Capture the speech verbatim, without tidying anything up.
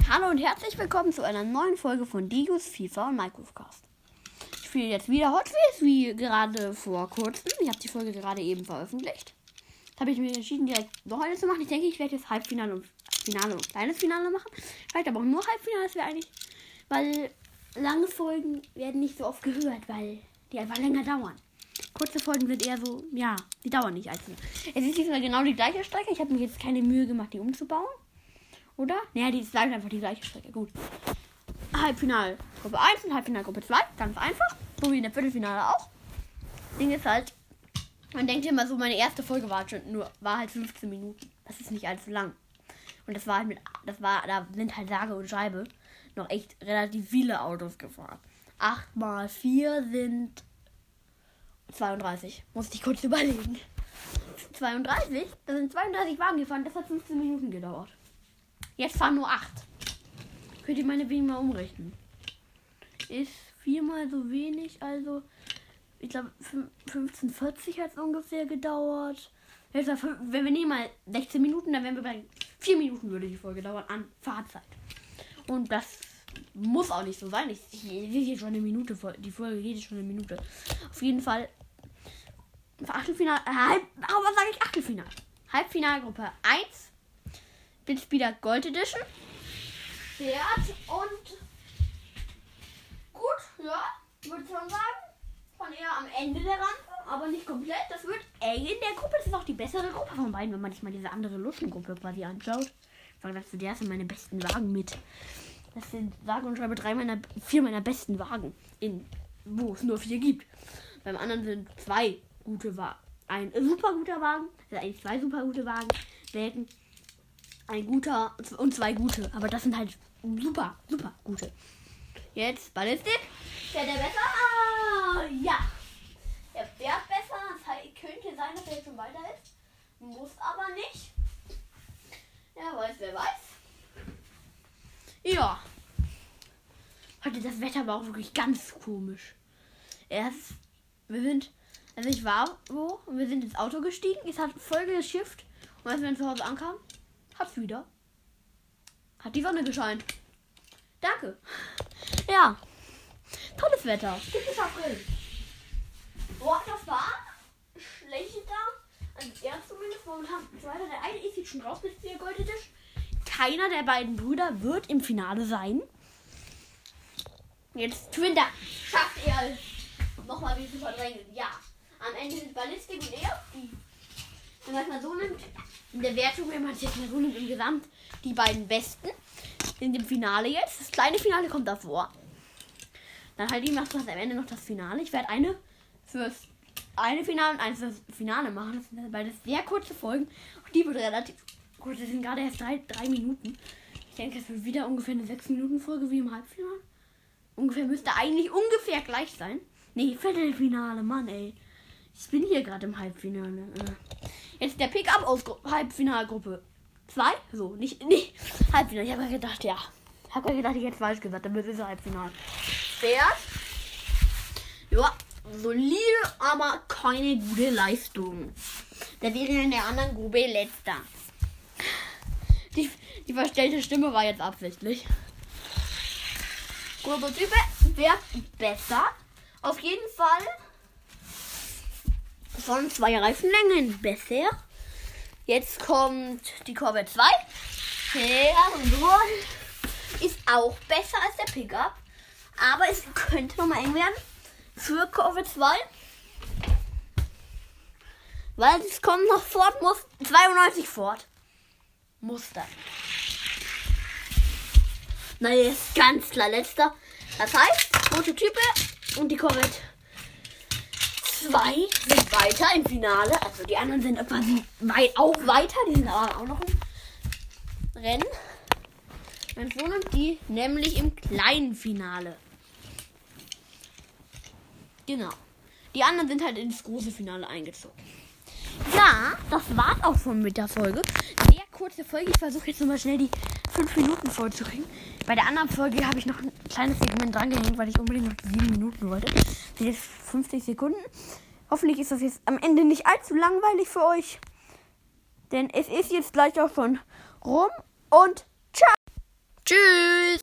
Hallo und herzlich willkommen zu einer neuen Folge von Digos FIFA und Minecraft. Ich spiele jetzt wieder Hot Wheels, wie gerade vor kurzem. Ich habe die Folge gerade eben veröffentlicht. Da habe ich mich entschieden, direkt noch eine zu machen. Ich denke, ich werde jetzt Halbfinale und Finale und kleines Finale machen. Vielleicht aber auch nur Halbfinale, das wäre eigentlich, weil lange Folgen werden nicht so oft gehört, weil die einfach länger dauern. Kurze Folgen sind eher so, ja, die dauern nicht allzu lange. Es ist diesmal genau die gleiche Strecke. Ich habe mir jetzt keine Mühe gemacht, die umzubauen. Oder? Naja, die ist gleich einfach die gleiche Strecke. Gut. Halbfinale Gruppe eins und Halbfinale Gruppe zwei. Ganz einfach. So wie in der Viertelfinale auch. Ding ist halt, man denkt immer so, meine erste Folge war schon nur, war halt fünfzehn Minuten. Das ist nicht allzu lang. Und das war halt mit, das war, da sind halt sage und schreibe noch echt relativ viele Autos gefahren. acht mal vier sind zweiunddreißig. Musste ich kurz überlegen. zweiunddreißig? Da sind zweiunddreißig Wagen gefahren. Das hat fünfzehn Minuten gedauert. Jetzt fahren nur acht. Könnt ihr meine Wegen mal umrechnen. Ist viermal so wenig, also ich glaube fünfzehn vierzig hat es ungefähr gedauert. Jetzt, wenn wir nehmen mal sechzehn Minuten, dann wären wir bei vier Minuten würde die Folge dauern an Fahrzeit. Und das muss auch nicht so sein. Ich, ich, ich hier schon eine Minute, die Folge geht schon eine Minute. Auf jeden Fall Achtelfinale, Halb, oh, was sage ich Achtelfinale? Halbfinalgruppe eins. Blitzspeeder Gold Edition. Pferd und gut, ja, würde ich schon sagen. Von eher am Ende der Rampe, aber nicht komplett. Das wird eng in der Gruppe. Das ist auch die bessere Gruppe von beiden, wenn man sich mal diese andere Luschengruppe quasi anschaut. Ich sage dazu, der sind meine besten Wagen mit. Das sind, sage und schreibe, drei meiner, vier meiner besten Wagen, in, wo es nur vier gibt. Beim anderen sind zwei gute Wagen. Ein super guter Wagen, also eigentlich zwei super gute Wagen, Wägen. Ein guter und zwei gute. Aber das sind halt super, super gute. Jetzt Ballistik. Fährt der besser? Ah, ja. Er fährt besser. Das heißt, könnte sein, dass er jetzt schon weiter ist. Muss aber nicht. Wer weiß, wer weiß. Ja. Heute das Wetter war auch wirklich ganz komisch. Erst, wir sind, also ich war wo und wir sind ins Auto gestiegen. Es hat voll geschifft. Und als wir dann zu Hause ankamen, hat's wieder. Hat die Sonne gescheint. Danke. Ja. Tolles Wetter. Typisch April. Boah, das war schlechter. Also er zumindest momentan. Zweiter, der eine ist jetzt schon raus mit der Gold Edition. Keiner der beiden Brüder wird im Finale sein. Jetzt Twinder. Schafft er nochmal wie zu verdrängen. Ja. Am Ende sind Ballistik und er. Die. Wenn man es mal so nimmt. In der Wertung, wenn man es jetzt mal so nimmt, im Gesamt die beiden Besten in dem Finale jetzt. Das kleine Finale kommt davor. Dann halt die macht das am Ende noch das Finale. Ich werde eine fürs eine Finale und eins fürs Finale machen. Das sind beides sehr kurze Folgen. Und die wird relativ kurz. Das sind gerade erst drei, drei Minuten. Ich denke, es wird wieder ungefähr eine sechs Minuten Folge wie im Halbfinale. Ungefähr müsste eigentlich ungefähr gleich sein. Nee, Viertelfinale, Mann, ey. Ich bin hier gerade im Halbfinale. Jetzt der Pickup aus Gru- Halbfinalgruppe zwei. So, nicht, nicht Halbfinale. Ich habe ja gedacht, ja. Ich habe ja gedacht, ich hätte falsch gesagt. Dann wird es Halbfinale. Pferd. Ja, solide, aber keine gute Leistung. Der wäre in der anderen Gruppe letzter. Die, die verstellte Stimme war jetzt absichtlich. Prototype wird besser. Auf jeden Fall von zwei Reifenlängen besser. Jetzt kommt die Corvette zwei. Ja, ist auch besser als der Pickup. Aber es könnte noch mal eng werden für Corvette zwei. Weil es kommt noch Ford muss zweiundneunzig Ford. Muster. Nein, ist ganz klar letzter. Das heißt, Prototype und die Corvette zwei sind weiter im Finale. Also die anderen sind quasi weit, auch weiter. Die sind aber auch noch im Rennen. Mein Sohn und die nämlich im kleinen Finale. Genau. Die anderen sind halt ins große Finale eingezogen. Ja, das war's auch schon mit der Folge. Sehr kurze Folge. Ich versuche jetzt nochmal schnell die fünf Minuten voll zu kriegen. Bei der anderen Folge habe ich noch ein kleines Segment drangehängt, weil ich unbedingt noch die sieben Minuten wollte. Das sind jetzt fünfzig Sekunden. Hoffentlich ist das jetzt am Ende nicht allzu langweilig für euch. Denn es ist jetzt gleich auch schon rum. Und ciao. Tschüss.